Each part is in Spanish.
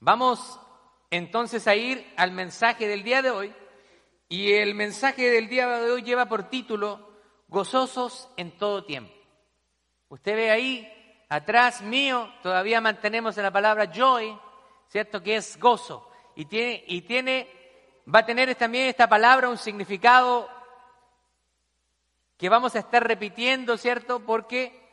Vamos entonces a ir al mensaje del día de hoy, y el mensaje del día de hoy lleva por título Gozosos en todo tiempo. Usted ve ahí, atrás mío, todavía mantenemos la palabra joy, ¿cierto? Que es gozo, va a tener también esta palabra un significado que vamos a estar repitiendo, ¿cierto? Porque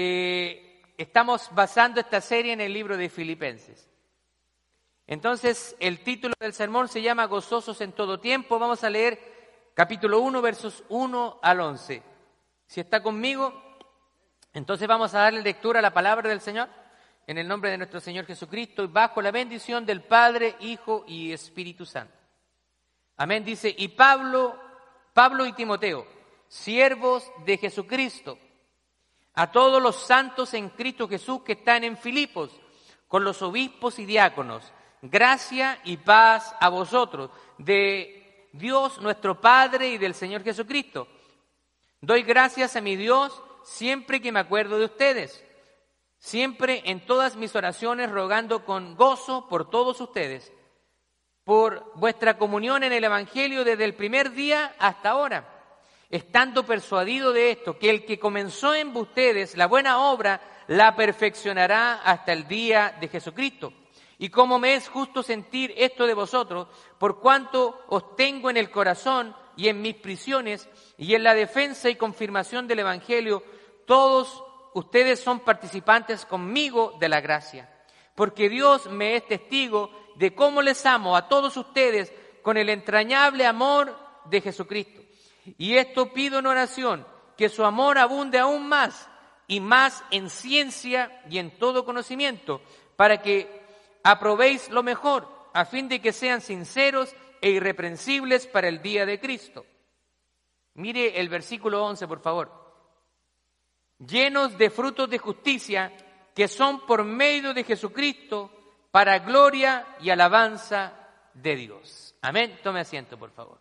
estamos basando esta serie en el libro de Filipenses. Entonces, el título del sermón se llama Gozosos en todo tiempo. Vamos a leer capítulo 1, versos 1 al 11. Si está conmigo, entonces vamos a darle lectura a la palabra del Señor, en el nombre de nuestro Señor Jesucristo, y bajo la bendición del Padre, Hijo y Espíritu Santo. Amén. Dice, y Pablo y Timoteo, siervos de Jesucristo, a todos los santos en Cristo Jesús que están en Filipos, con los obispos y diáconos, gracia y paz a vosotros, de Dios nuestro Padre y del Señor Jesucristo. Doy gracias a mi Dios siempre que me acuerdo de ustedes, siempre en todas mis oraciones rogando con gozo por todos ustedes, por vuestra comunión en el Evangelio desde el primer día hasta ahora, estando persuadido de esto, que el que comenzó en ustedes la buena obra la perfeccionará hasta el día de Jesucristo. Y como me es justo sentir esto de vosotros, por cuanto os tengo en el corazón y en mis prisiones y en la defensa y confirmación del Evangelio, todos ustedes son participantes conmigo de la gracia. Porque Dios me es testigo de cómo les amo a todos ustedes con el entrañable amor de Jesucristo. Y esto pido en oración, que su amor abunde aún más y más en ciencia y en todo conocimiento, para que aprobéis lo mejor, a fin de que sean sinceros e irreprensibles para el día de Cristo. Mire el versículo 11, por favor. Llenos de frutos de justicia, que son por medio de Jesucristo, para gloria y alabanza de Dios. Amén. Tome asiento, por favor.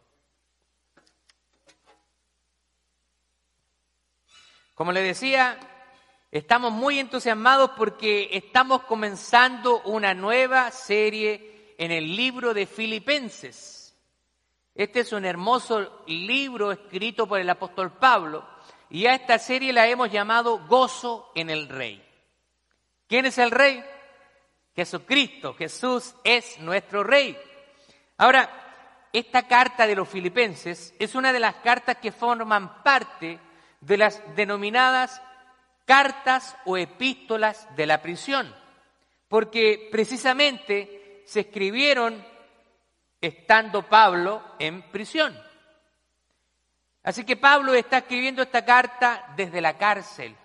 Como le decía, estamos muy entusiasmados porque estamos comenzando una nueva serie en el libro de Filipenses. Este es un hermoso libro escrito por el apóstol Pablo, y a esta serie la hemos llamado Gozo en el Rey. ¿Quién es el Rey? Jesucristo. Jesús es nuestro Rey. Ahora, esta carta de los Filipenses es una de las cartas que forman parte de las denominadas cartas o epístolas de la prisión, porque precisamente se escribieron estando Pablo en prisión. Así que Pablo está escribiendo esta carta desde la cárcel,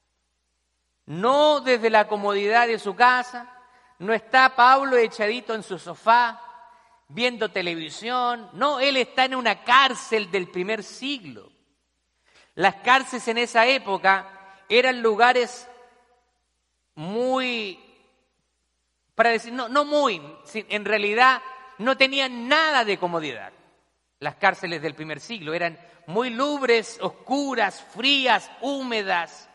no desde la comodidad de su casa. No está Pablo echadito en su sofá viendo televisión. No, él está en una cárcel del primer siglo. Las cárceles en esa época eran lugares muy, para decir, en realidad no tenían nada de comodidad. Las cárceles del primer siglo eran muy lúgubres, oscuras, frías, húmedas,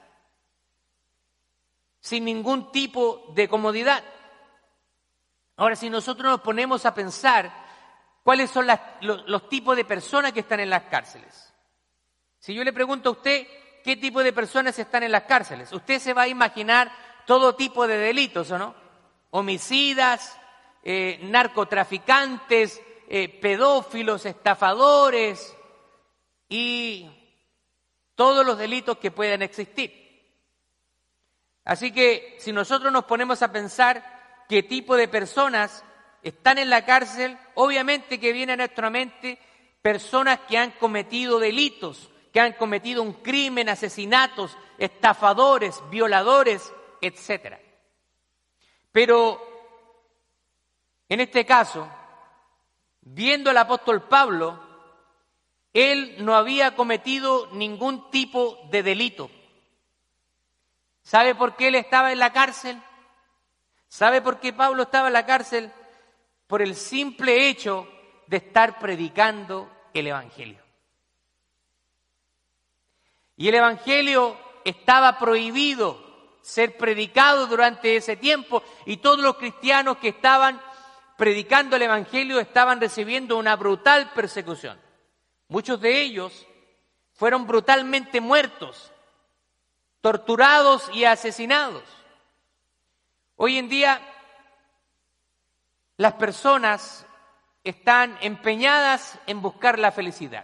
sin ningún tipo de comodidad. Ahora, si nosotros nos ponemos a pensar cuáles son los tipos de personas que están en las cárceles. Si yo le pregunto a usted qué tipo de personas están en las cárceles, usted se va a imaginar todo tipo de delitos, ¿o no? Homicidas, narcotraficantes, pedófilos, estafadores y todos los delitos que puedan existir. Así que si nosotros nos ponemos a pensar qué tipo de personas están en la cárcel, obviamente que viene a nuestra mente personas que han cometido delitos, que han cometido un crimen, asesinatos, estafadores, violadores, etc. Pero en este caso, viendo al apóstol Pablo, él no había cometido ningún tipo de delito. ¿Sabe por qué él estaba en la cárcel? ¿Sabe por qué Pablo estaba en la cárcel? Por el simple hecho de estar predicando el Evangelio. Y el Evangelio estaba prohibido ser predicado durante ese tiempo, y todos los cristianos que estaban predicando el Evangelio estaban recibiendo una brutal persecución. Muchos de ellos fueron brutalmente muertos, torturados y asesinados. Hoy en día las personas están empeñadas en buscar la felicidad.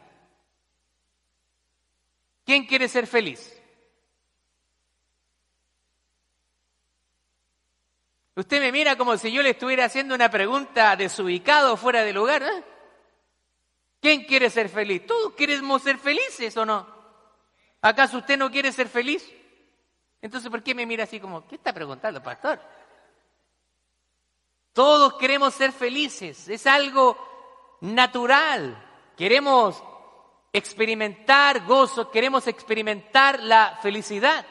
¿Quién quiere ser feliz? Usted me mira como si yo le estuviera haciendo una pregunta desubicado, fuera de lugar, ¿eh? ¿Quién quiere ser feliz? ¿Todos queremos ser felices o no? ¿Acaso usted no quiere ser feliz? Entonces, ¿por qué me mira así como, qué está preguntando, pastor? Todos queremos ser felices, es algo natural. Queremos experimentar gozo, queremos experimentar la felicidad.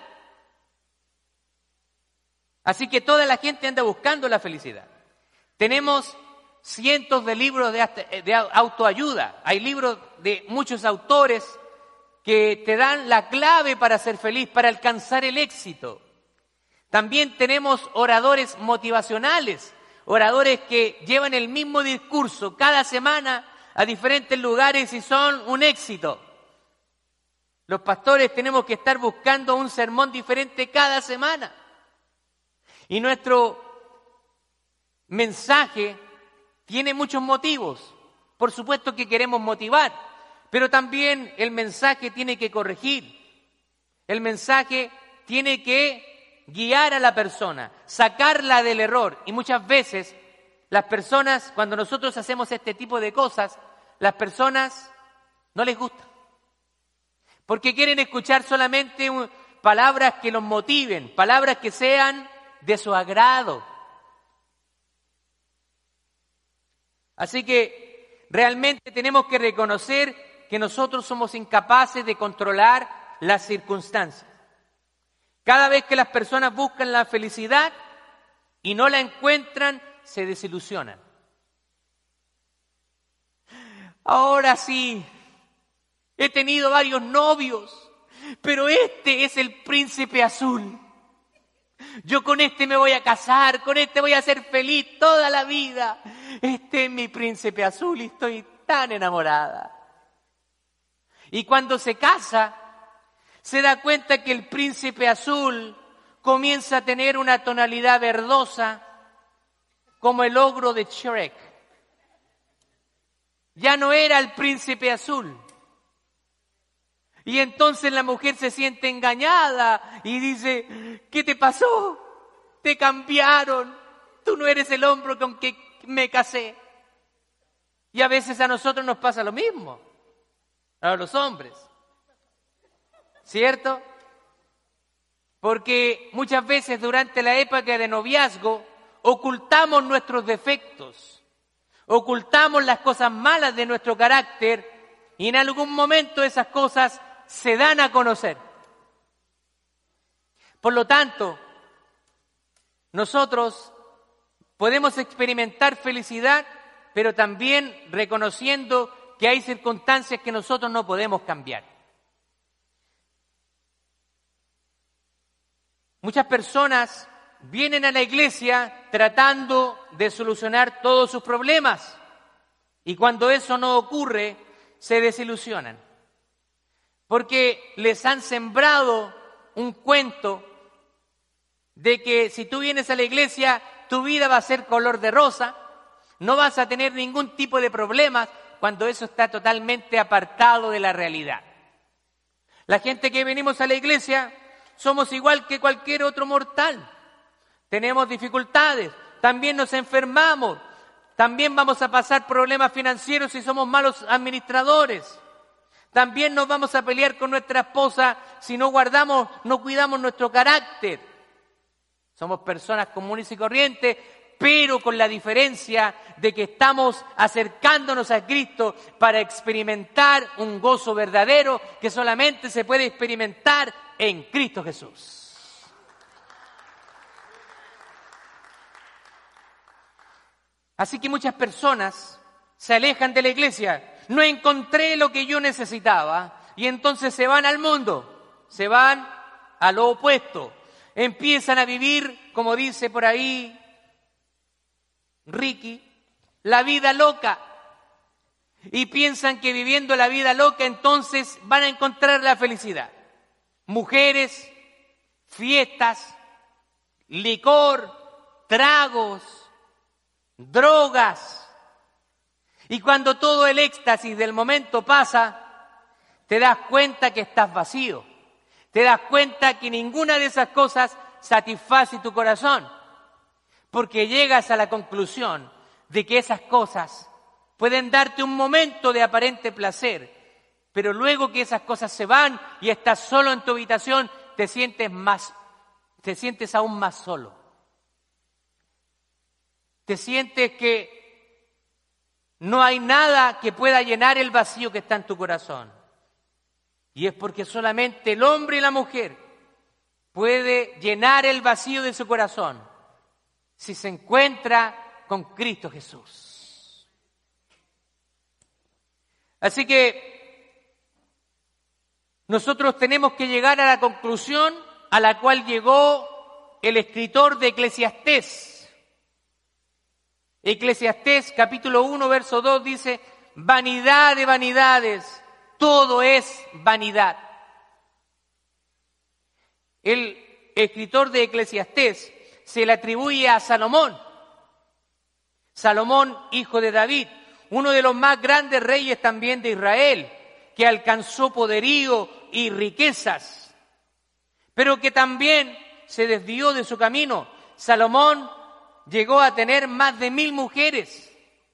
Así que toda la gente anda buscando la felicidad. Tenemos cientos de libros de autoayuda. Hay libros de muchos autores que te dan la clave para ser feliz, para alcanzar el éxito. También tenemos oradores motivacionales, oradores que llevan el mismo discurso cada semana a diferentes lugares y son un éxito. Los pastores tenemos que estar buscando un sermón diferente cada semana. Y nuestro mensaje tiene muchos motivos. Por supuesto que queremos motivar, pero también el mensaje tiene que corregir. El mensaje tiene que guiar a la persona, sacarla del error. Y muchas veces las personas, cuando nosotros hacemos este tipo de cosas, las personas no les gusta. Porque quieren escuchar solamente palabras que los motiven, palabras que sean de su agrado. Así que realmente tenemos que reconocer que nosotros somos incapaces de controlar las circunstancias. Cada vez que las personas buscan la felicidad y no la encuentran, se desilusionan. Ahora sí, he tenido varios novios, pero este es el príncipe azul. Yo con este me voy a casar, con este voy a ser feliz toda la vida. Este es mi príncipe azul y estoy tan enamorada. Y cuando se casa, se da cuenta que el príncipe azul comienza a tener una tonalidad verdosa como el ogro de Shrek. Ya no era el príncipe azul. Y entonces la mujer se siente engañada y dice, ¿qué te pasó? Te cambiaron. Tú no eres el hombre con que me casé. Y a veces a nosotros nos pasa lo mismo, a los hombres. ¿Cierto? Porque muchas veces durante la época de noviazgo ocultamos nuestros defectos, ocultamos las cosas malas de nuestro carácter y en algún momento esas cosas se dan a conocer. Por lo tanto, nosotros podemos experimentar felicidad, pero también reconociendo que hay circunstancias que nosotros no podemos cambiar. Muchas personas vienen a la iglesia tratando de solucionar todos sus problemas y cuando eso no ocurre, se desilusionan. Porque les han sembrado un cuento de que si tú vienes a la iglesia, tu vida va a ser color de rosa, no vas a tener ningún tipo de problemas, cuando eso está totalmente apartado de la realidad. La gente que venimos a la iglesia somos igual que cualquier otro mortal. Tenemos dificultades, también nos enfermamos, también vamos a pasar problemas financieros si somos malos administradores. También nos vamos a pelear con nuestra esposa si no cuidamos nuestro carácter. Somos personas comunes y corrientes, pero con la diferencia de que estamos acercándonos a Cristo para experimentar un gozo verdadero que solamente se puede experimentar en Cristo Jesús. Así que muchas personas se alejan de la iglesia. No encontré lo que yo necesitaba y entonces se van al mundo, se van a lo opuesto. Empiezan a vivir, como dice por ahí Ricky, la vida loca. Y piensan que viviendo la vida loca entonces van a encontrar la felicidad. Mujeres, fiestas, licor, tragos, drogas. Y cuando todo el éxtasis del momento pasa, te das cuenta que estás vacío. Te das cuenta que ninguna de esas cosas satisface tu corazón. Porque llegas a la conclusión de que esas cosas pueden darte un momento de aparente placer, pero luego que esas cosas se van y estás solo en tu habitación, te sientes aún más solo. Te sientes que no hay nada que pueda llenar el vacío que está en tu corazón. Y es porque solamente el hombre y la mujer puede llenar el vacío de su corazón si se encuentra con Cristo Jesús. Así que nosotros tenemos que llegar a la conclusión a la cual llegó el escritor de Eclesiastés. Eclesiastés capítulo 1, verso 2 dice: vanidad de vanidades, todo es vanidad. El escritor de Eclesiastés se le atribuye a Salomón. Salomón, hijo de David, uno de los más grandes reyes también de Israel, que alcanzó poderío y riquezas, pero que también se desvió de su camino. Salomón llegó a tener más de 1000 mujeres,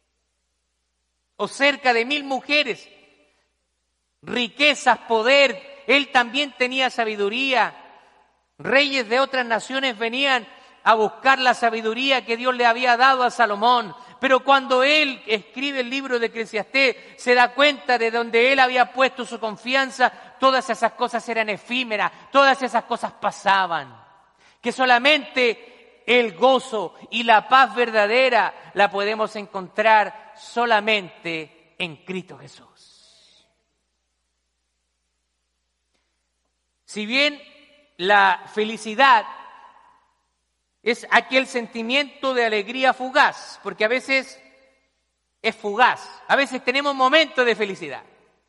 o cerca de 1000 mujeres, riquezas, poder. Él también tenía sabiduría. Reyes de otras naciones venían a buscar la sabiduría que Dios le había dado a Salomón. Pero cuando él escribe el libro de Eclesiastés, se da cuenta de donde él había puesto su confianza, todas esas cosas eran efímeras, todas esas cosas pasaban. Que solamente el gozo y la paz verdadera la podemos encontrar solamente en Cristo Jesús. Si bien la felicidad es aquel sentimiento de alegría fugaz, porque a veces es fugaz, a veces tenemos momentos de felicidad.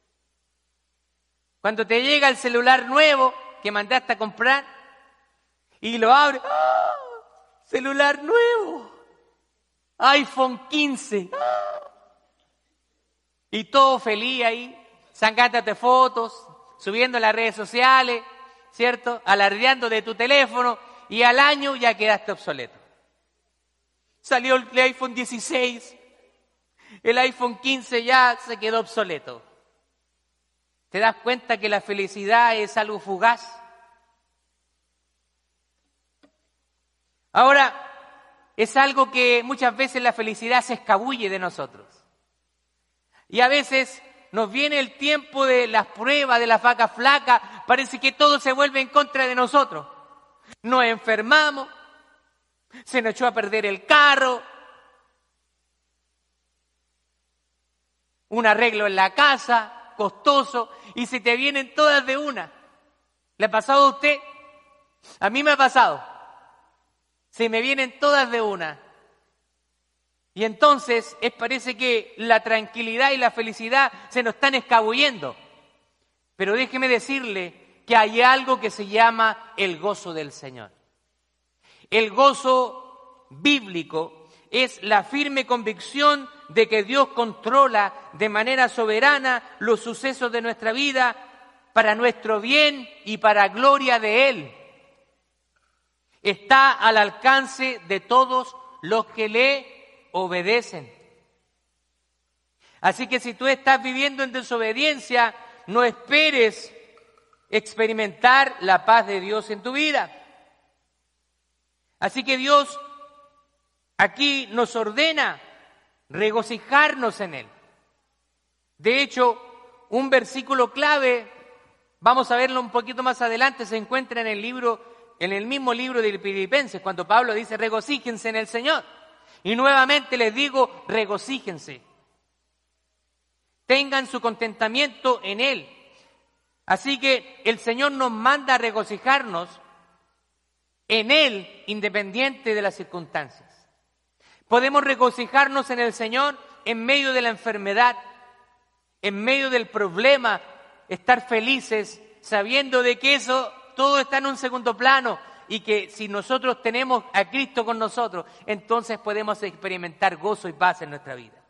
Cuando te llega el celular nuevo que mandaste a comprar y lo abres, ¡ah! Celular nuevo, iPhone 15, ¡ah! Y todo feliz ahí, sacándote fotos, subiendo a las redes sociales, ¿cierto? Alardeando de tu teléfono, y al año ya quedaste obsoleto. Salió el iPhone 16, el iPhone 15 ya se quedó obsoleto. ¿Te das cuenta que la felicidad es algo fugaz? Ahora, es algo que muchas veces la felicidad se escabulle de nosotros. Y a veces nos viene el tiempo de las pruebas, de las vacas flacas, parece que todo se vuelve en contra de nosotros. Nos enfermamos, se nos echó a perder el carro, un arreglo en la casa, costoso, y se te vienen todas de una. ¿Le ha pasado a usted? A mí me ha pasado. Se me vienen todas de una. Y entonces parece que la tranquilidad y la felicidad se nos están escabullendo. Pero déjeme decirle que hay algo que se llama el gozo del Señor. El gozo bíblico es la firme convicción de que Dios controla de manera soberana los sucesos de nuestra vida para nuestro bien y para gloria de Él. Está al alcance de todos los que le obedecen. Así que si tú estás viviendo en desobediencia, no esperes experimentar la paz de Dios en tu vida. Así que Dios aquí nos ordena regocijarnos en Él. De hecho, un versículo clave, vamos a verlo un poquito más adelante, se encuentra en el mismo libro de Filipenses, cuando Pablo dice regocíjense en el Señor. Y nuevamente les digo, regocíjense. Tengan su contentamiento en Él. Así que el Señor nos manda a regocijarnos en Él, independiente de las circunstancias. Podemos regocijarnos en el Señor en medio de la enfermedad, en medio del problema, estar felices sabiendo de que eso todo está en un segundo plano y que si nosotros tenemos a Cristo con nosotros, entonces podemos experimentar gozo y paz en nuestra vida.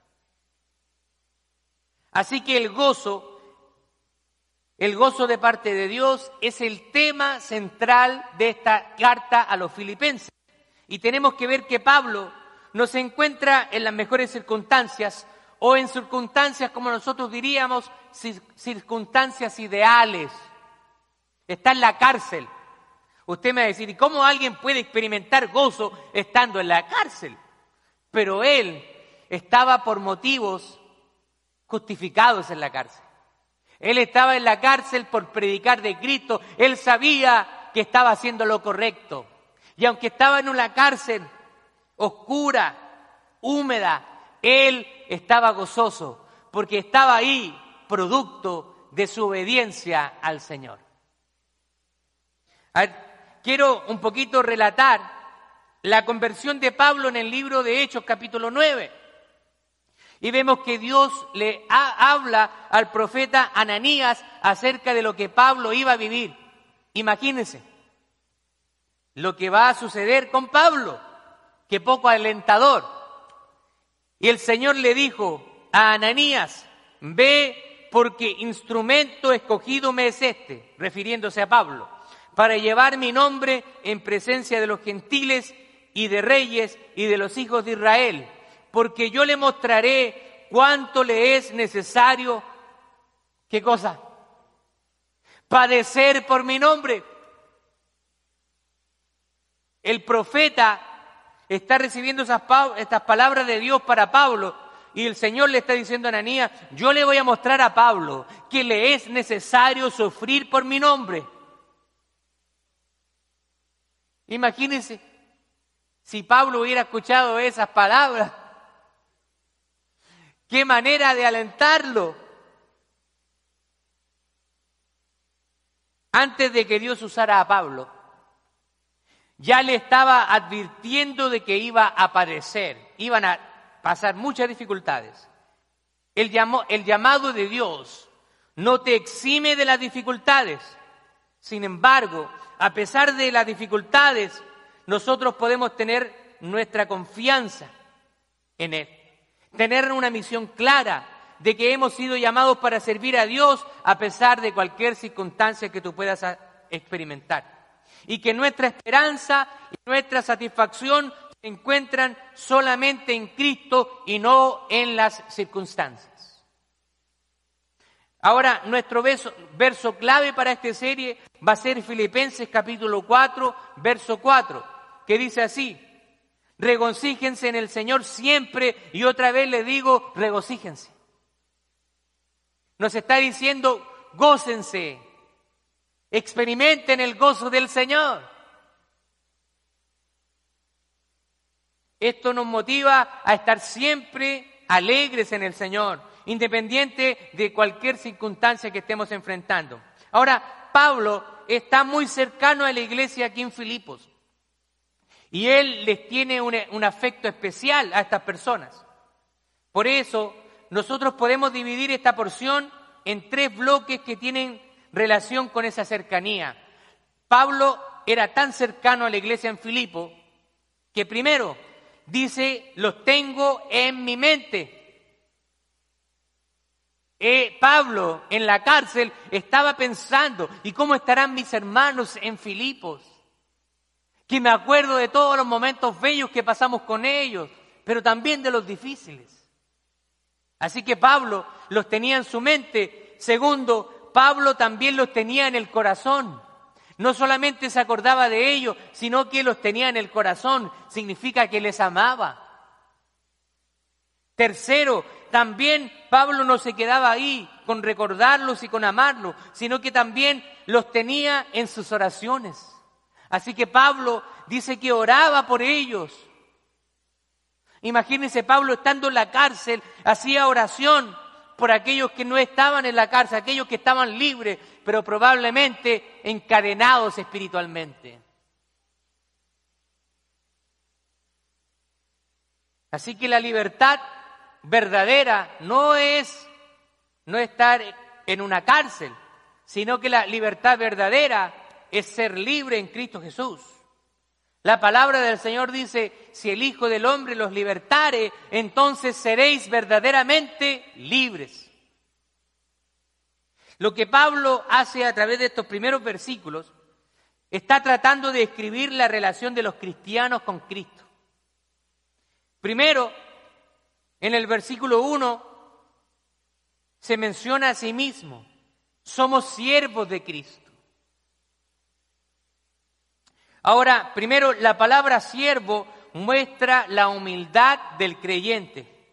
Así que el gozo de parte de Dios es el tema central de esta carta a los filipenses. Y tenemos que ver que Pablo no se encuentra en las mejores circunstancias o en circunstancias, como nosotros diríamos, circunstancias ideales. Está en la cárcel. Usted me va a decir, ¿y cómo alguien puede experimentar gozo estando en la cárcel? Pero él estaba por motivos justificados en la cárcel. Él estaba en la cárcel por predicar de Cristo. Él sabía que estaba haciendo lo correcto. Y aunque estaba en una cárcel oscura, húmeda, él estaba gozoso porque estaba ahí producto de su obediencia al Señor. A ver, quiero un poquito relatar la conversión de Pablo en el libro de Hechos, capítulo 9. Y vemos que Dios le habla al profeta Ananías acerca de lo que Pablo iba a vivir. Imagínense lo que va a suceder con Pablo. Qué poco alentador. Y el Señor le dijo a Ananías, ve porque instrumento escogido me es este, refiriéndose a Pablo, para llevar mi nombre en presencia de los gentiles y de reyes y de los hijos de Israel, porque yo le mostraré cuánto le es necesario, ¿qué cosa? Padecer por mi nombre. El profeta está recibiendo estas palabras de Dios para Pablo y el Señor le está diciendo a Ananías, yo le voy a mostrar a Pablo que le es necesario sufrir por mi nombre. Imagínense si Pablo hubiera escuchado esas palabras. ¡Qué manera de alentarlo! Antes de que Dios usara a Pablo, ya le estaba advirtiendo de que iba a padecer, iban a pasar muchas dificultades. El llamado de Dios no te exime de las dificultades. Sin embargo, a pesar de las dificultades, nosotros podemos tener nuestra confianza en Él. Tener una misión clara de que hemos sido llamados para servir a Dios a pesar de cualquier circunstancia que tú puedas experimentar. Y que nuestra esperanza y nuestra satisfacción se encuentran solamente en Cristo y no en las circunstancias. Ahora, nuestro verso clave para esta serie va a ser Filipenses capítulo 4, verso 4, que dice así, regocíjense en el Señor siempre, y otra vez les digo, regocíjense. Nos está diciendo, gócense, experimenten el gozo del Señor. Esto nos motiva a estar siempre alegres en el Señor, independiente de cualquier circunstancia que estemos enfrentando. Ahora, Pablo está muy cercano a la iglesia aquí en Filipos. Y él les tiene un afecto especial a estas personas. Por eso, nosotros podemos dividir esta porción en 3 bloques que tienen relación con esa cercanía. Pablo era tan cercano a la iglesia en Filipo que primero dice, los tengo en mi mente. Pablo en la cárcel estaba pensando, ¿y cómo estarán mis hermanos en Filipos? Que me acuerdo de todos los momentos bellos que pasamos con ellos, pero también de los difíciles. Así que Pablo los tenía en su mente. Segundo, Pablo también los tenía en el corazón. No solamente se acordaba de ellos, sino que los tenía en el corazón. Significa que les amaba. Tercero, también Pablo no se quedaba ahí con recordarlos y con amarlos, sino que también los tenía en sus oraciones. Así que Pablo dice que oraba por ellos. Imagínense, Pablo estando en la cárcel, hacía oración por aquellos que no estaban en la cárcel, aquellos que estaban libres, pero probablemente encadenados espiritualmente. Así que la libertad verdadera no es no estar en una cárcel, sino que la libertad verdadera es ser libre en Cristo Jesús. La palabra del Señor dice, si el Hijo del Hombre los libertare, entonces seréis verdaderamente libres. Lo que Pablo hace a través de estos primeros versículos, está tratando de describir la relación de los cristianos con Cristo. Primero, en el versículo 1, se menciona a sí mismo, somos siervos de Cristo. Ahora, primero, la palabra siervo muestra la humildad del creyente.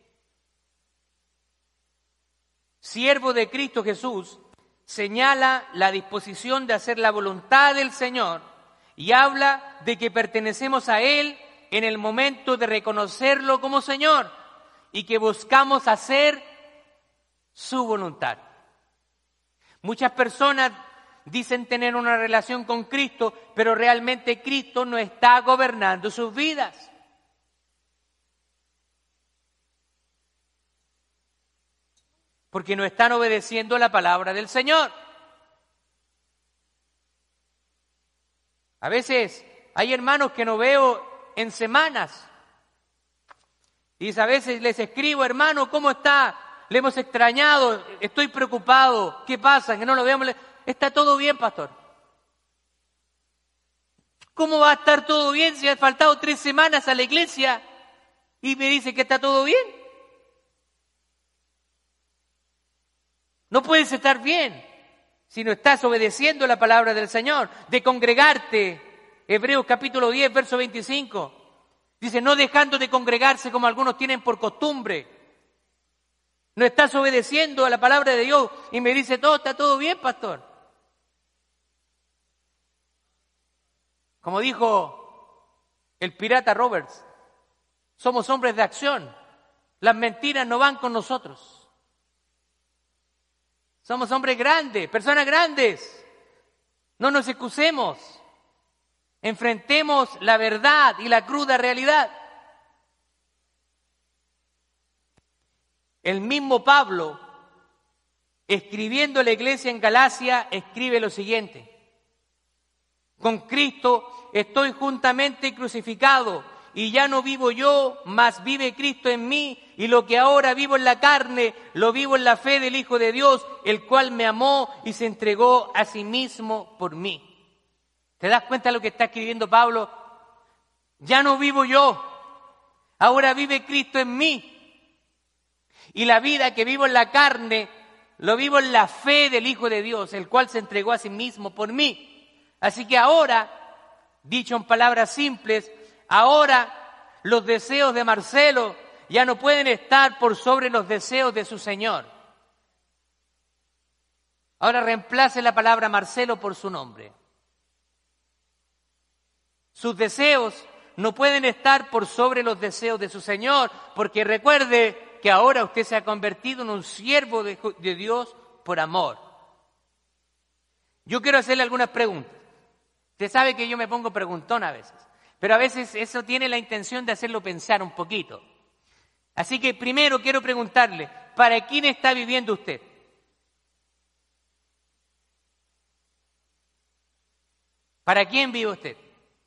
Siervo de Cristo Jesús señala la disposición de hacer la voluntad del Señor y habla de que pertenecemos a Él en el momento de reconocerlo como Señor y que buscamos hacer su voluntad. Muchas personas dicen tener una relación con Cristo, pero realmente Cristo no está gobernando sus vidas. Porque no están obedeciendo la palabra del Señor. A veces hay hermanos que no veo en semanas. Y a veces les escribo, hermano, ¿cómo está? Le hemos extrañado, estoy preocupado. ¿Qué pasa? Que no lo vemos. Está todo bien, pastor. ¿Cómo va a estar todo bien si ha faltado 3 semanas a la iglesia y me dice que está todo bien? No puedes estar bien si no estás obedeciendo la palabra del Señor. De congregarte, Hebreos capítulo 10, verso 25. Dice, no dejando de congregarse como algunos tienen por costumbre. No estás obedeciendo a la palabra de Dios y me dice, está todo bien, pastor. Como dijo el pirata Roberts, somos hombres de acción. Las mentiras no van con nosotros. Somos hombres grandes, personas grandes. No nos excusemos. Enfrentemos la verdad y la cruda realidad. El mismo Pablo, escribiendo a la iglesia en Galacia, escribe lo siguiente. Con Cristo estoy juntamente crucificado y ya no vivo yo, mas vive Cristo en mí, y lo que ahora vivo en la carne, lo vivo en la fe del Hijo de Dios, el cual me amó y se entregó a sí mismo por mí. ¿Te das cuenta de lo que está escribiendo Pablo? Ya no vivo yo, ahora vive Cristo en mí. Y la vida que vivo en la carne, lo vivo en la fe del Hijo de Dios, el cual se entregó a sí mismo por mí. Así que ahora, dicho en palabras simples, ahora los deseos de Marcelo ya no pueden estar por sobre los deseos de su Señor. Ahora reemplace la palabra Marcelo por su nombre. Sus deseos no pueden estar por sobre los deseos de su Señor, porque recuerde que ahora usted se ha convertido en un siervo de Dios por amor. Yo quiero hacerle algunas preguntas. Usted sabe que yo me pongo preguntón a veces, pero a veces eso tiene la intención de hacerlo pensar un poquito. Así que primero quiero preguntarle, ¿para quién está viviendo usted? ¿Para quién vive usted?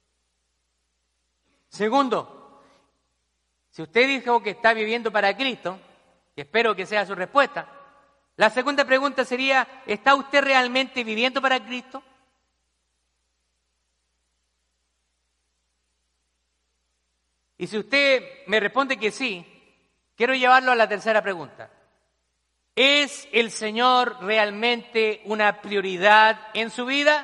Segundo, si usted dijo que está viviendo para Cristo, y espero que sea su respuesta, la segunda pregunta sería, ¿está usted realmente viviendo para Cristo? Y si usted me responde que sí, quiero llevarlo a la tercera pregunta. ¿Es el Señor realmente una prioridad en su vida?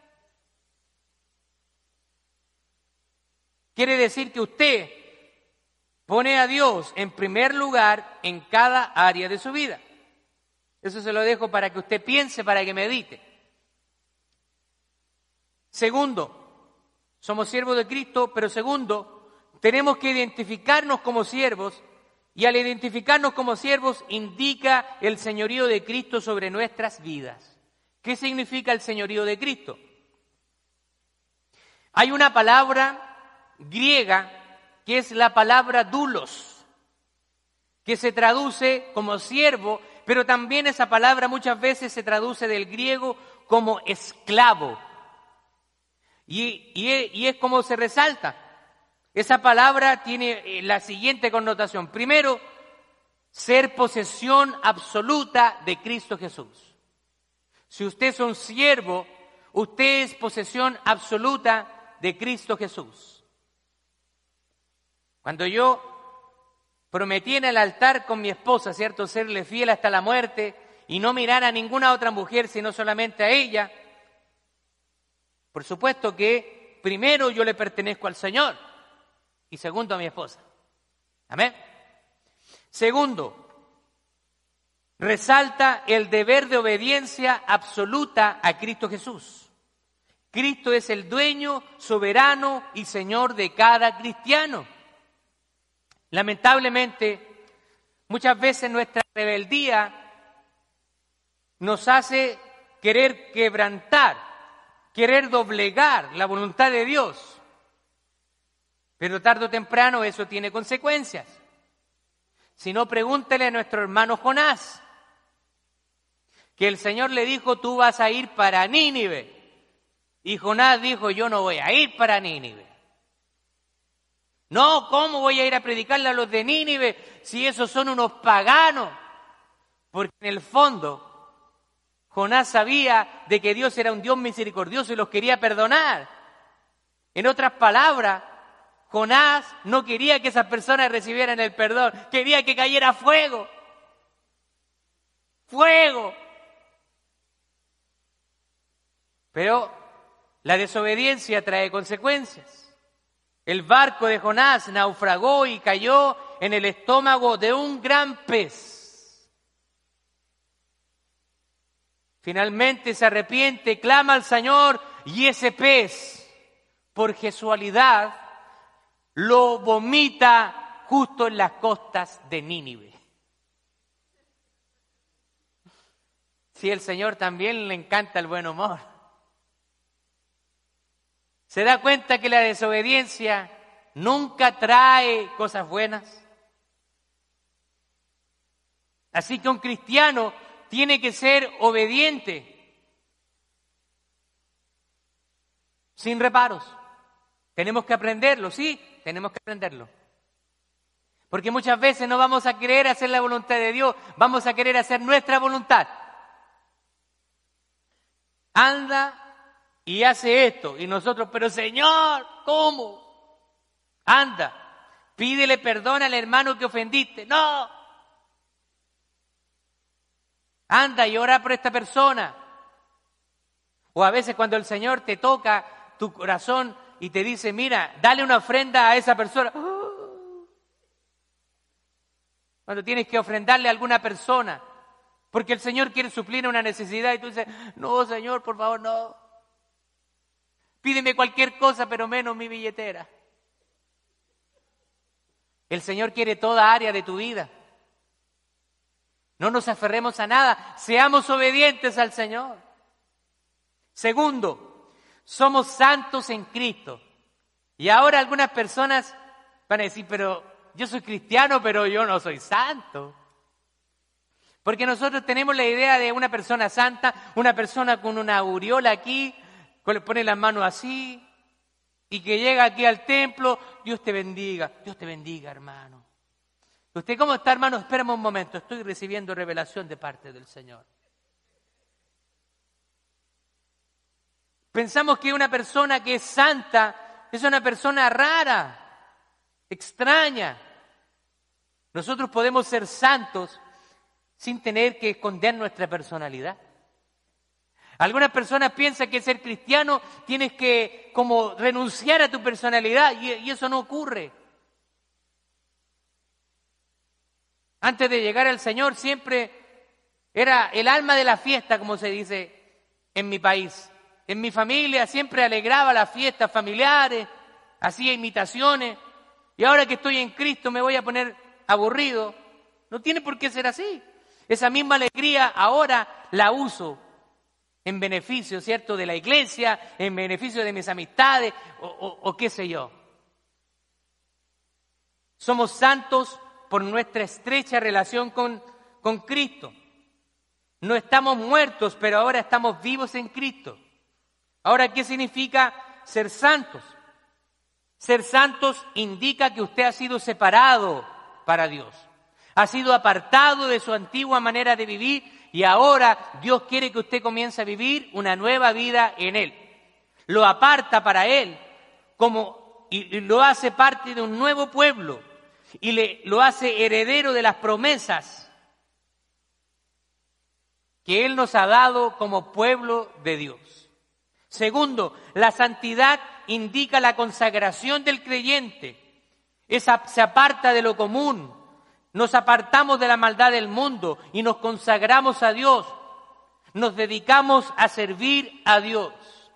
Quiere decir que usted pone a Dios en primer lugar en cada área de su vida. Eso se lo dejo para que usted piense, para que medite. Segundo, somos siervos de Cristo, pero segundo, tenemos que identificarnos como siervos, y al identificarnos como siervos indica el señorío de Cristo sobre nuestras vidas. ¿Qué significa el señorío de Cristo? Hay una palabra griega que es la palabra doulos. que se traduce como siervo, pero también esa palabra muchas veces se traduce del griego como esclavo. Y es como se resalta. Esa palabra tiene la siguiente connotación. Primero, ser posesión absoluta de Cristo Jesús. Si usted es un siervo, usted es posesión absoluta de Cristo Jesús. Cuando yo prometí en el altar con mi esposa, ¿cierto?, serle fiel hasta la muerte y no mirar a ninguna otra mujer, sino solamente a ella, por supuesto que primero yo le pertenezco al Señor y segundo a mi esposa. Amén. Segundo, resalta el deber de obediencia absoluta a Cristo Jesús. Cristo es el dueño, soberano y Señor de cada cristiano. Lamentablemente, muchas veces nuestra rebeldía nos hace querer quebrantar, querer doblegar la voluntad de Dios. Pero tarde o temprano eso tiene consecuencias. Si no, pregúntele a nuestro hermano Jonás, que el Señor le dijo, tú vas a ir para Nínive. Y Jonás dijo, yo no voy a ir para Nínive. No, ¿cómo voy a ir a predicarle a los de Nínive si esos son unos paganos? Porque en el fondo Jonás sabía de que Dios era un Dios misericordioso y los quería perdonar. En otras palabras, Jonás no quería que esas personas recibieran el perdón, quería que cayera fuego. ¡Fuego! Pero la desobediencia trae consecuencias. El barco de Jonás naufragó y cayó en el estómago de un gran pez. Finalmente se arrepiente, clama al Señor y ese pez, por casualidad, lo vomita justo en las costas de Nínive. Sí, al Señor también le encanta el buen humor. ¿Se da cuenta que la desobediencia nunca trae cosas buenas? Así que un cristiano tiene que ser obediente, sin reparos. Tenemos que aprenderlo, sí, tenemos que aprenderlo. Porque muchas veces no vamos a querer hacer la voluntad de Dios, vamos a querer hacer nuestra voluntad. Anda y hace esto, y nosotros, pero Señor, ¿cómo? Anda, pídele perdón al hermano que ofendiste. No. Anda y ora por esta persona. O a veces cuando el Señor te toca tu corazón y te dice, mira, dale una ofrenda a esa persona. Cuando tienes que ofrendarle a alguna persona, porque el Señor quiere suplir una necesidad y tú dices, no, Señor, por favor, no. Pídeme cualquier cosa, pero menos mi billetera. El Señor quiere toda área de tu vida. No nos aferremos a nada, seamos obedientes al Señor. Segundo, somos santos en Cristo. Y ahora algunas personas van a decir, pero yo soy cristiano, pero yo no soy santo. Porque nosotros tenemos la idea de una persona santa, una persona con una aureola aquí, que le pone las manos así, y que llega aquí al templo, Dios te bendiga, hermano. ¿Usted cómo está, hermano? Espérame un momento, estoy recibiendo revelación de parte del Señor. Pensamos que una persona que es santa es una persona rara, extraña. Nosotros podemos ser santos sin tener que esconder nuestra personalidad. Algunas personas piensan que ser cristiano tienes que como renunciar a tu personalidad y eso no ocurre. Antes de llegar al Señor siempre era el alma de la fiesta, como se dice en mi país. En mi familia siempre alegraba las fiestas familiares, hacía imitaciones y ahora que estoy en Cristo me voy a poner aburrido. No tiene por qué ser así. Esa misma alegría ahora la uso en beneficio, ¿cierto?, de la iglesia, en beneficio de mis amistades o qué sé yo. Somos santos por nuestra estrecha relación con Cristo. No estamos muertos, pero ahora estamos vivos en Cristo. Ahora, ¿qué significa ser santos? Ser santos indica que usted ha sido separado para Dios. Ha sido apartado de su antigua manera de vivir y ahora Dios quiere que usted comience a vivir una nueva vida en Él. Lo aparta para Él y lo hace parte de un nuevo pueblo y lo hace heredero de las promesas que Él nos ha dado como pueblo de Dios. Segundo, la santidad indica la consagración del creyente. Se aparta de lo común. Nos apartamos de la maldad del mundo y nos consagramos a Dios. Nos dedicamos a servir a Dios.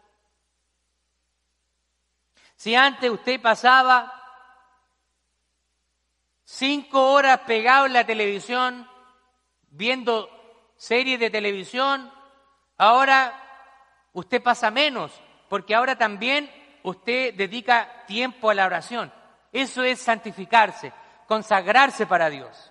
Si antes usted pasaba 5 horas pegado en la televisión, viendo series de televisión, ahora usted pasa menos, porque ahora también usted dedica tiempo a la oración. Eso es santificarse, consagrarse para Dios.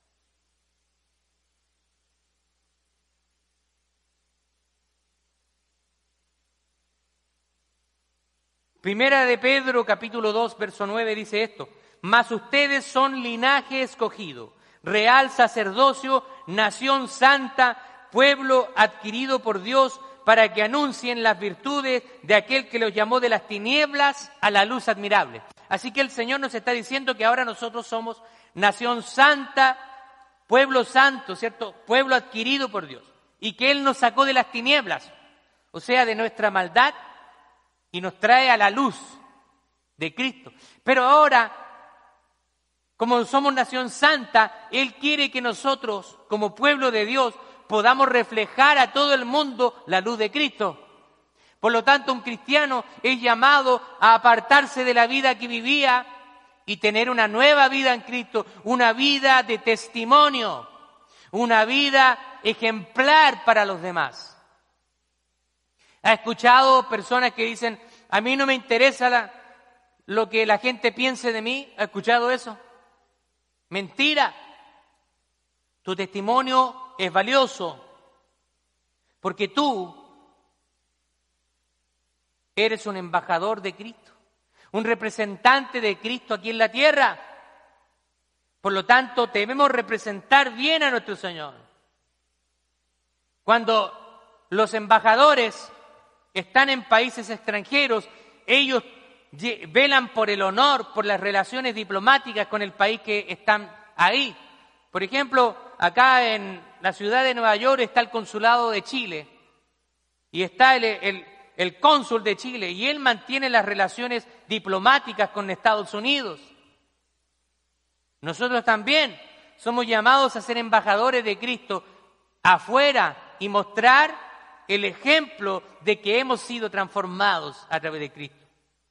Primera de Pedro, capítulo 2, verso 9, dice esto: mas ustedes son linaje escogido, real sacerdocio, nación santa, pueblo adquirido por Dios, para que anuncien las virtudes de aquel que los llamó de las tinieblas a la luz admirable. Así que el Señor nos está diciendo que ahora nosotros somos nación santa, pueblo santo, ¿cierto? Pueblo adquirido por Dios. Y que Él nos sacó de las tinieblas, o sea, de nuestra maldad, y nos trae a la luz de Cristo. Pero ahora, como somos nación santa, Él quiere que nosotros, como pueblo de Dios, podamos reflejar a todo el mundo la luz de Cristo. Por lo tanto, un cristiano es llamado a apartarse de la vida que vivía y tener una nueva vida en Cristo, una vida de testimonio, una vida ejemplar para los demás. ¿Ha escuchado personas que dicen, a mí no me interesa lo que la gente piense de mí? ¿Ha escuchado eso? Mentira. Tu testimonio es valioso porque tú eres un embajador de Cristo, un representante de Cristo aquí en la tierra. Por lo tanto, debemos representar bien a nuestro Señor. Cuando los embajadores están en países extranjeros, ellos velan por el honor, por las relaciones diplomáticas con el país que están ahí. Por ejemplo, acá en la ciudad de Nueva York está el consulado de Chile y está el cónsul de Chile y él mantiene las relaciones diplomáticas con Estados Unidos. Nosotros también somos llamados a ser embajadores de Cristo afuera y mostrar el ejemplo de que hemos sido transformados a través de Cristo.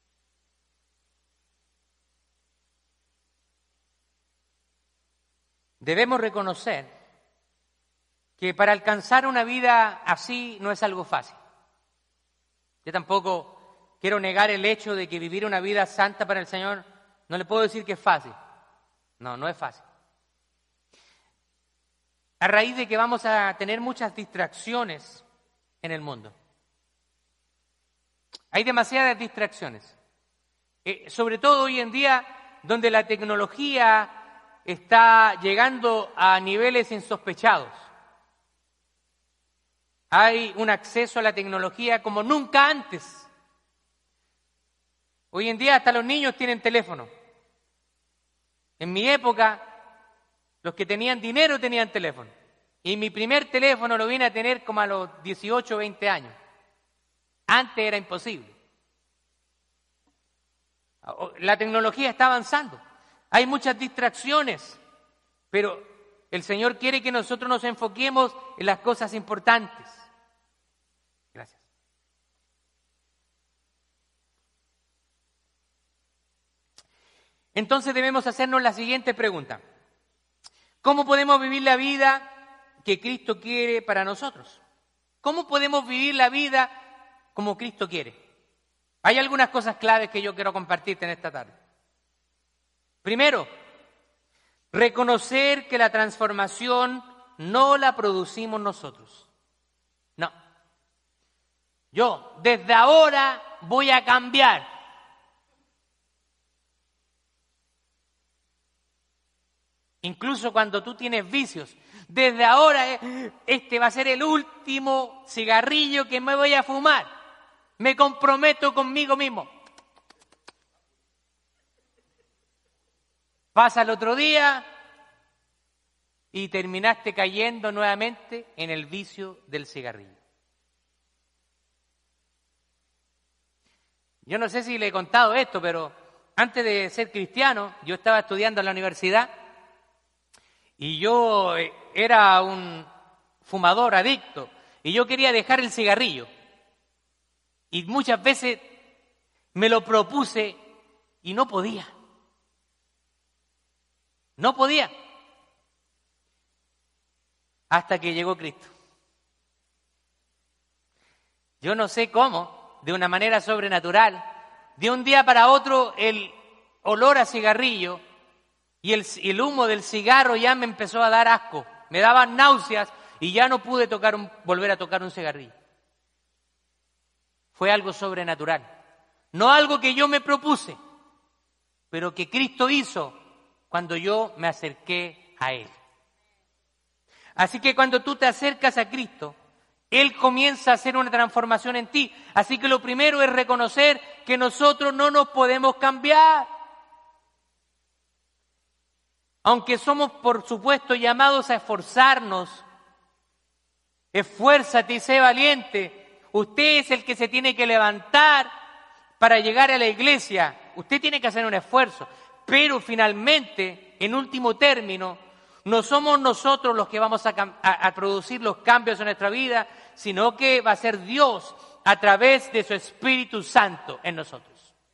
Debemos reconocer que para alcanzar una vida así no es algo fácil. Yo tampoco quiero negar el hecho de que vivir una vida santa para el Señor, no le puedo decir que es fácil. No es fácil. A raíz de que vamos a tener muchas distracciones en el mundo. Hay demasiadas distracciones. Sobre todo hoy en día, donde la tecnología está llegando a niveles insospechados. Hay un acceso a la tecnología como nunca antes. Hoy en día hasta los niños tienen teléfono. En mi época, los que tenían dinero tenían teléfono. Y mi primer teléfono lo vine a tener como a los 18 o 20 años. Antes era imposible. La tecnología está avanzando. Hay muchas distracciones, pero el Señor quiere que nosotros nos enfoquemos en las cosas importantes. Gracias. Entonces debemos hacernos la siguiente pregunta. ¿Cómo podemos vivir la vida que Cristo quiere para nosotros? ¿Cómo podemos vivir la vida como Cristo quiere? Hay algunas cosas claves que yo quiero compartirte en esta tarde. Primero, Reconocer que la transformación no la producimos nosotros. No. Yo desde ahora voy a cambiar. Incluso cuando tú tienes vicios. Desde ahora este va a ser el último cigarrillo que me voy a fumar. Me comprometo conmigo mismo. Pasa el otro día y terminaste cayendo nuevamente en el vicio del cigarrillo. Yo no sé si le he contado esto, pero antes de ser cristiano, yo estaba estudiando en la universidad y yo era un fumador adicto y yo quería dejar el cigarrillo. Y muchas veces me lo propuse y no podía. No podía. Hasta que llegó Cristo. Yo no sé cómo, de una manera sobrenatural, de un día para otro el olor a cigarrillo y el humo del cigarro ya me empezó a dar asco. Me daban náuseas y ya no pude volver a tocar un cigarrillo. Fue algo sobrenatural. No algo que yo me propuse, pero que Cristo hizo cuando yo me acerqué a Él. Así que cuando tú te acercas a Cristo, Él comienza a hacer una transformación en ti. Así que lo primero es reconocer que nosotros no nos podemos cambiar. Aunque somos, por supuesto, llamados a esforzarnos, esfuérzate y sé valiente. Usted es el que se tiene que levantar para llegar a la iglesia. Usted tiene que hacer un esfuerzo. Pero finalmente, en último término, no somos nosotros los que vamos a producir los cambios en nuestra vida, sino que va a ser Dios a través de su Espíritu Santo en nosotros.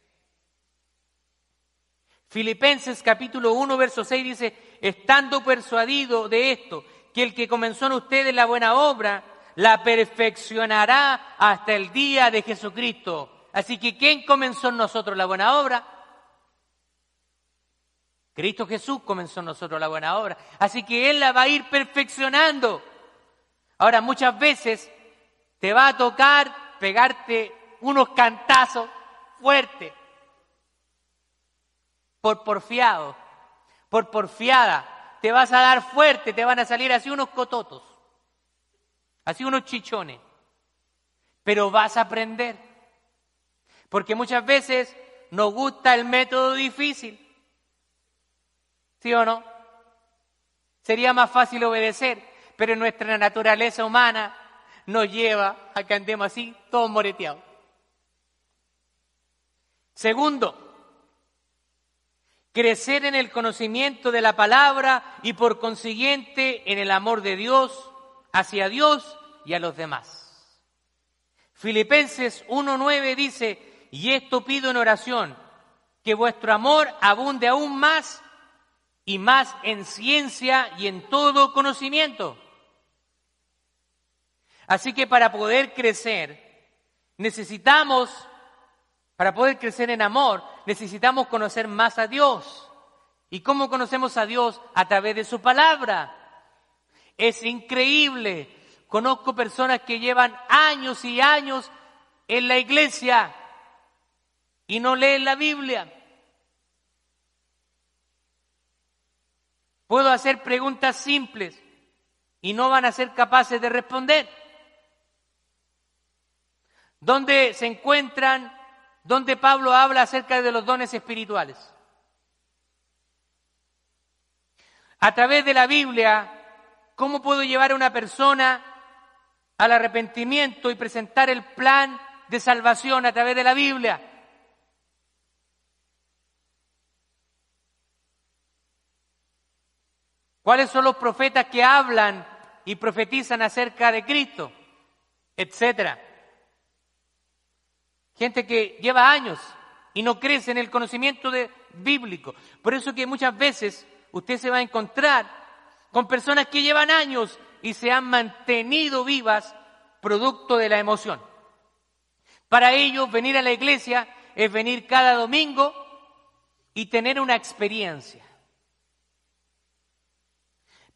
Filipenses capítulo 1, verso 6 dice, estando persuadido de esto, que el que comenzó en ustedes la buena obra, la perfeccionará hasta el día de Jesucristo. Así que, ¿quién comenzó en nosotros la buena obra? Cristo Jesús comenzó en nosotros la buena obra. Así que Él la va a ir perfeccionando. Ahora, muchas veces te va a tocar pegarte unos cantazos fuertes. Por porfiado, por porfiada. Te vas a dar fuerte, te van a salir así unos cototos. Así unos chichones. Pero vas a aprender. Porque muchas veces nos gusta el método difícil. ¿Sí o no? Sería más fácil obedecer, pero nuestra naturaleza humana nos lleva a que andemos así, todos moreteados. Segundo, crecer en el conocimiento de la palabra y por consiguiente en el amor de Dios, hacia Dios y a los demás. Filipenses 1:9 dice, y esto pido en oración, que vuestro amor abunde aún más y más en ciencia y en todo conocimiento. Así que para poder crecer en amor, necesitamos conocer más a Dios. ¿Y cómo conocemos a Dios? A través de su palabra. Es increíble. Conozco personas que llevan años y años en la iglesia y no leen la Biblia. Puedo hacer preguntas simples y no van a ser capaces de responder. ¿Dónde se encuentran? ¿Dónde Pablo habla acerca de los dones espirituales? A través de la Biblia, ¿cómo puedo llevar a una persona al arrepentimiento y presentar el plan de salvación a través de la Biblia? ¿Cuáles son los profetas que hablan y profetizan acerca de Cristo? Etcétera. Gente que lleva años y no crece en el conocimiento bíblico. Por eso que muchas veces usted se va a encontrar con personas que llevan años y se han mantenido vivas producto de la emoción. Para ellos venir a la iglesia es venir cada domingo y tener una experiencia.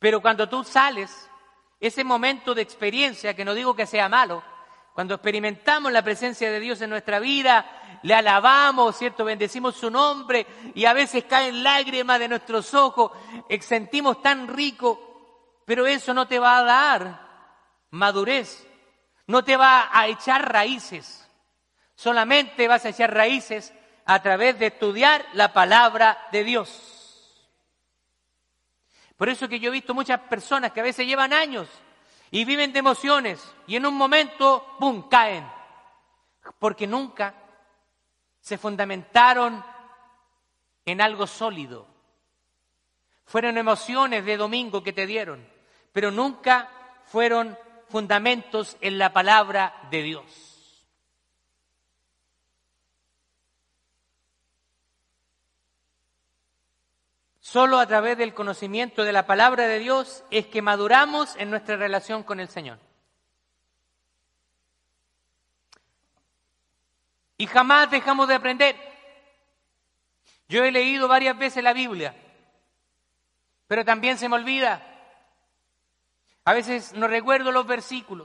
Pero cuando tú sales, ese momento de experiencia, que no digo que sea malo, cuando experimentamos la presencia de Dios en nuestra vida, le alabamos, ¿cierto? Bendecimos su nombre y a veces caen lágrimas de nuestros ojos, sentimos tan rico, pero eso no te va a dar madurez, no te va a echar raíces, solamente vas a echar raíces a través de estudiar la palabra de Dios. Por eso que yo he visto muchas personas que a veces llevan años y viven de emociones y en un momento, ¡pum!, caen. Porque nunca se fundamentaron en algo sólido. Fueron emociones de domingo que te dieron, pero nunca fueron fundamentos en la palabra de Dios. Solo a través del conocimiento de la palabra de Dios es que maduramos en nuestra relación con el Señor. Y jamás dejamos de aprender. Yo he leído varias veces la Biblia, pero también se me olvida. A veces no recuerdo los versículos.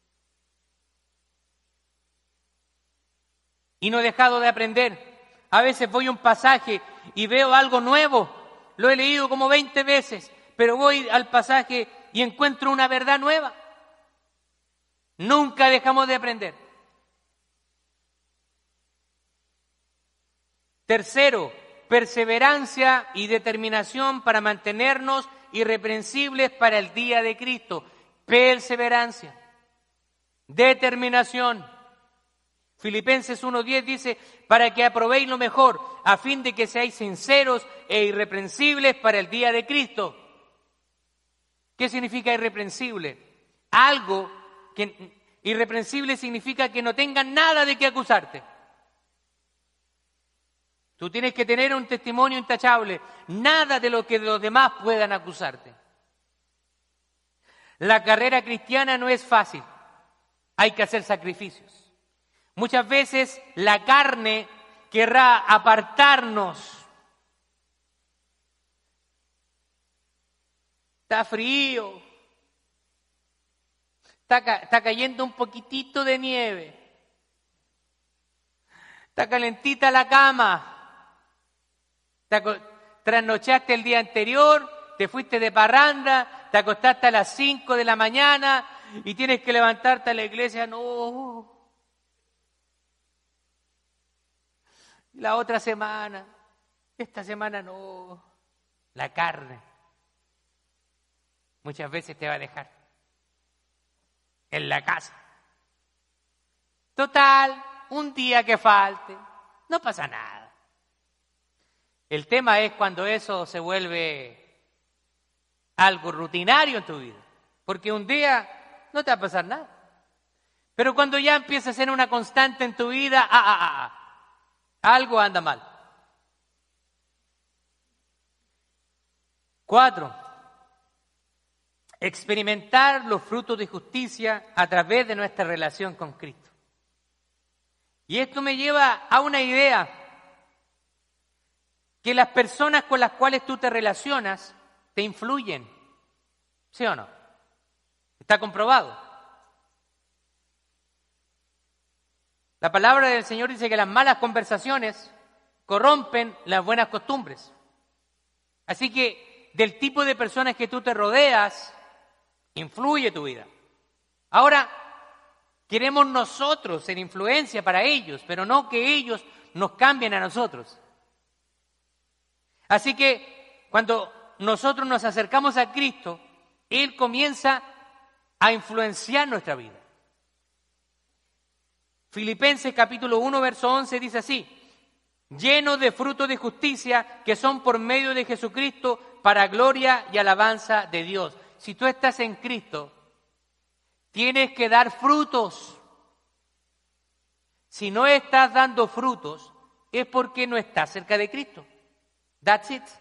Y no he dejado de aprender. A veces voy a un pasaje y veo algo nuevo. Lo he leído como 20 veces, pero voy al pasaje y encuentro una verdad nueva. Nunca dejamos de aprender. Tercero, perseverancia y determinación para mantenernos irreprensibles para el día de Cristo. Perseverancia, determinación. Filipenses 1:10 dice, para que aprobéis lo mejor, a fin de que seáis sinceros e irreprensibles para el día de Cristo. ¿Qué significa irreprensible? Algo que irreprensible significa que no tengan nada de qué acusarte. Tú tienes que tener un testimonio intachable, nada de lo que los demás puedan acusarte. La carrera cristiana no es fácil, hay que hacer sacrificios. Muchas veces la carne querrá apartarnos. Está frío, está cayendo un poquitito de nieve, está calentita la cama, trasnochaste el día anterior, te fuiste de parranda, te acostaste a las 5 de la mañana y tienes que levantarte a la iglesia. No. La otra semana, esta semana no. La carne muchas veces te va a dejar en la casa. Total, un día que falte, no pasa nada. El tema es cuando eso se vuelve algo rutinario en tu vida, porque un día no te va a pasar nada. Pero cuando ya empieza a ser una constante en tu vida, algo anda mal. 4. Experimentar los frutos de justicia a través de nuestra relación con Cristo. Y esto me lleva a una idea, que las personas con las cuales tú te relacionas te influyen, ¿sí o no? Está comprobado. La palabra del Señor dice que las malas conversaciones corrompen las buenas costumbres. Así que del tipo de personas que tú te rodeas, influye tu vida. Ahora, queremos nosotros ser influencia para ellos, pero no que ellos nos cambien a nosotros. Así que cuando nosotros nos acercamos a Cristo, Él comienza a influenciar nuestra vida. Filipenses capítulo 1, verso 11 dice así: llenos de frutos de justicia que son por medio de Jesucristo para gloria y alabanza de Dios. Si tú estás en Cristo, tienes que dar frutos. Si no estás dando frutos, es porque no estás cerca de Cristo. That's it.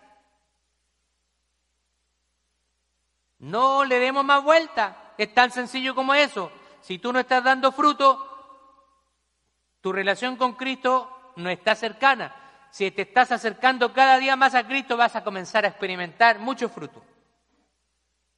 No le demos más vuelta. Es tan sencillo como eso. Si tú no estás dando fruto, tu relación con Cristo no está cercana. Si te estás acercando cada día más a Cristo, vas a comenzar a experimentar mucho fruto.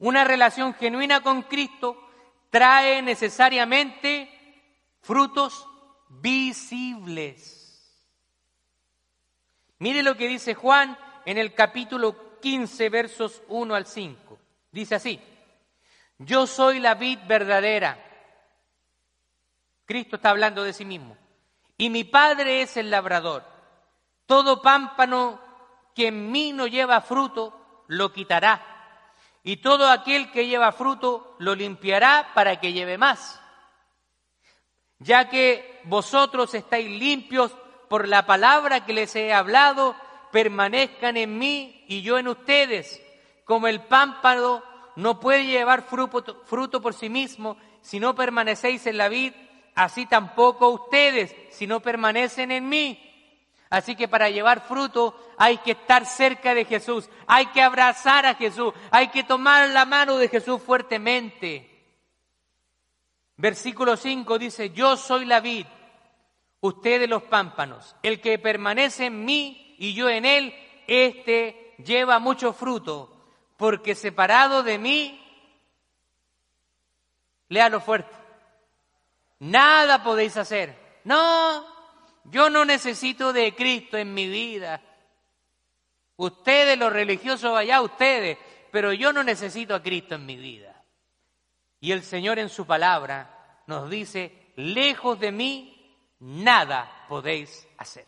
Una relación genuina con Cristo trae necesariamente frutos visibles. Mire lo que dice Juan en el capítulo 15, versos 1 al 5. Dice así: yo soy la vid verdadera. Cristo está hablando de sí mismo. Y mi Padre es el labrador. Todo pámpano que en mí no lleva fruto, lo quitará. Y todo aquel que lleva fruto, lo limpiará para que lleve más. Ya que vosotros estáis limpios por la palabra que les he hablado, permanezcan en mí y yo en ustedes. Como el pámpano no puede llevar fruto por sí mismo, si no permanecéis en la vid, así tampoco ustedes, si no permanecen en mí. Así que para llevar fruto hay que estar cerca de Jesús, hay que abrazar a Jesús, hay que tomar la mano de Jesús fuertemente. Versículo 5 dice: yo soy la vid, ustedes los pámpanos. El que permanece en mí y yo en él, éste lleva mucho fruto, porque separado de mí, léalo fuerte, nada podéis hacer. No, yo no necesito de Cristo en mi vida. Ustedes, los religiosos, allá ustedes, pero yo no necesito a Cristo en mi vida. Y el Señor en su palabra nos dice: lejos de mí, nada podéis hacer.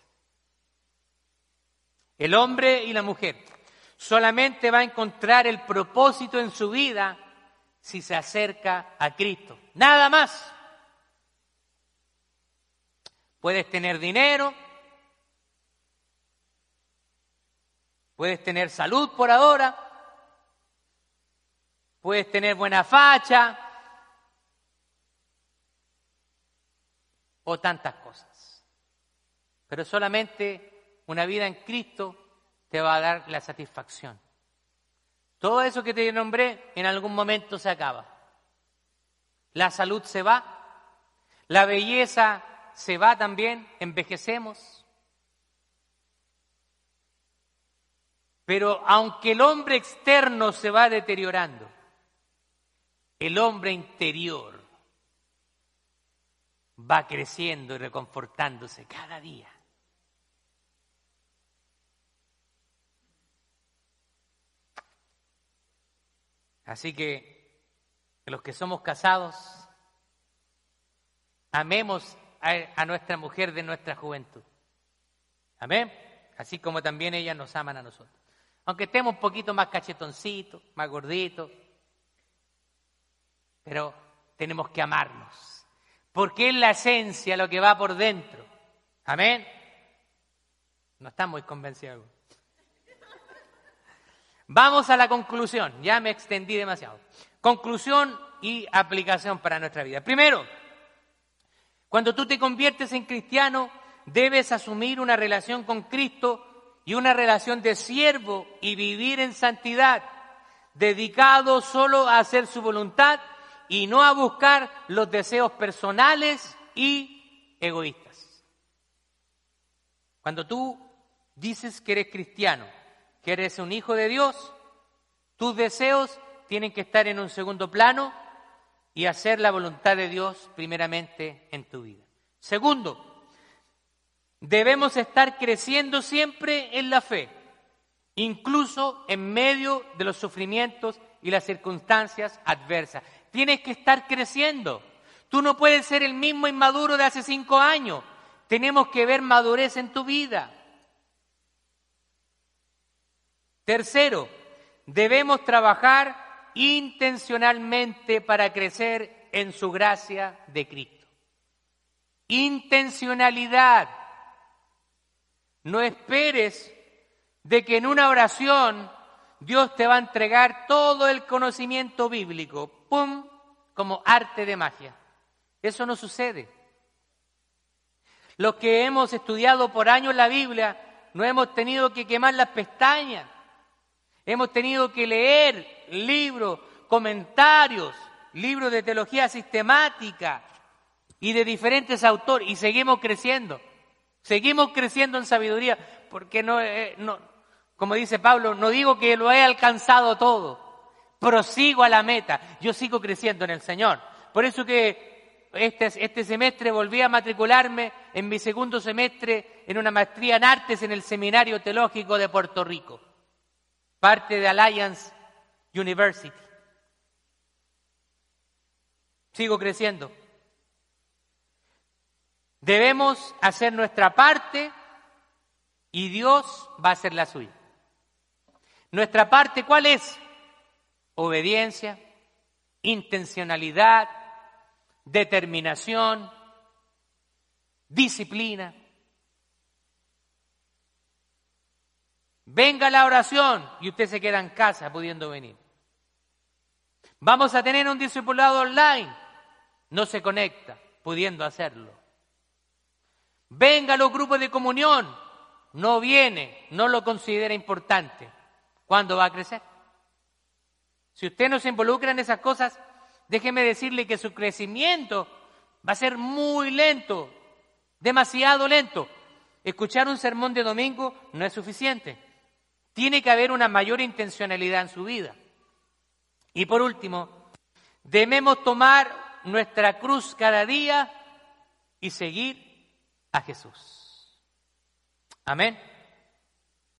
El hombre y la mujer solamente va a encontrar el propósito en su vida si se acerca a Cristo. Nada más. Puedes tener dinero, puedes tener salud por ahora, puedes tener buena facha o tantas cosas. Pero solamente una vida en Cristo te va a dar la satisfacción. Todo eso que te nombré en algún momento se acaba. La salud se va, la belleza se va también, envejecemos. Pero aunque el hombre externo se va deteriorando, el hombre interior va creciendo y reconfortándose cada día. Así que los que somos casados, amemos a nuestra mujer de nuestra juventud. Amén. Así como también ellas nos aman a nosotros. Aunque estemos un poquito más cachetoncitos, más gorditos, pero tenemos que amarnos. Porque es la esencia lo que va por dentro. Amén. No están muy convencidos. Vamos a la conclusión. Ya me extendí demasiado. Conclusión y aplicación para nuestra vida. Primero, cuando tú te conviertes en cristiano, debes asumir una relación con Cristo y una relación de siervo y vivir en santidad, dedicado solo a hacer su voluntad y no a buscar los deseos personales y egoístas. Cuando tú dices que eres cristiano, que eres un hijo de Dios, tus deseos tienen que estar en un segundo plano y hacer la voluntad de Dios primeramente en tu vida. Segundo, debemos estar creciendo siempre en la fe, incluso en medio de los sufrimientos y las circunstancias adversas. Tienes que estar creciendo. Tú no puedes ser el mismo inmaduro de hace 5 años. Tenemos que ver madurez en tu vida. Tercero, debemos trabajar intencionalmente para crecer en su gracia de Cristo. Intencionalidad. No esperes de que en una oración Dios te va a entregar todo el conocimiento bíblico, ¡pum!, como arte de magia. Eso no sucede. Los que hemos estudiado por años la Biblia, no hemos tenido que quemar las pestañas. Hemos tenido que leer libros, comentarios, libros de teología sistemática y de diferentes autores, y seguimos creciendo en sabiduría, porque no, como dice Pablo, no digo que lo he alcanzado todo, prosigo a la meta, yo sigo creciendo en el Señor. Por eso que este semestre volví a matricularme en mi segundo semestre en una maestría en artes en el Seminario Teológico de Puerto Rico, parte de Alliance University. Sigo creciendo. Debemos hacer nuestra parte y Dios va a hacer la suya. ¿Nuestra parte cuál es? Obediencia, intencionalidad, determinación, disciplina. Venga la oración y usted se queda en casa pudiendo venir. Vamos a tener un discipulado online, no se conecta, pudiendo hacerlo. Venga a los grupos de comunión, no viene, no lo considera importante. ¿Cuándo va a crecer? Si usted no se involucra en esas cosas, déjeme decirle que su crecimiento va a ser muy lento, demasiado lento. Escuchar un sermón de domingo no es suficiente. Tiene que haber una mayor intencionalidad en su vida. Y por último, debemos tomar nuestra cruz cada día y seguir a Jesús. Amén.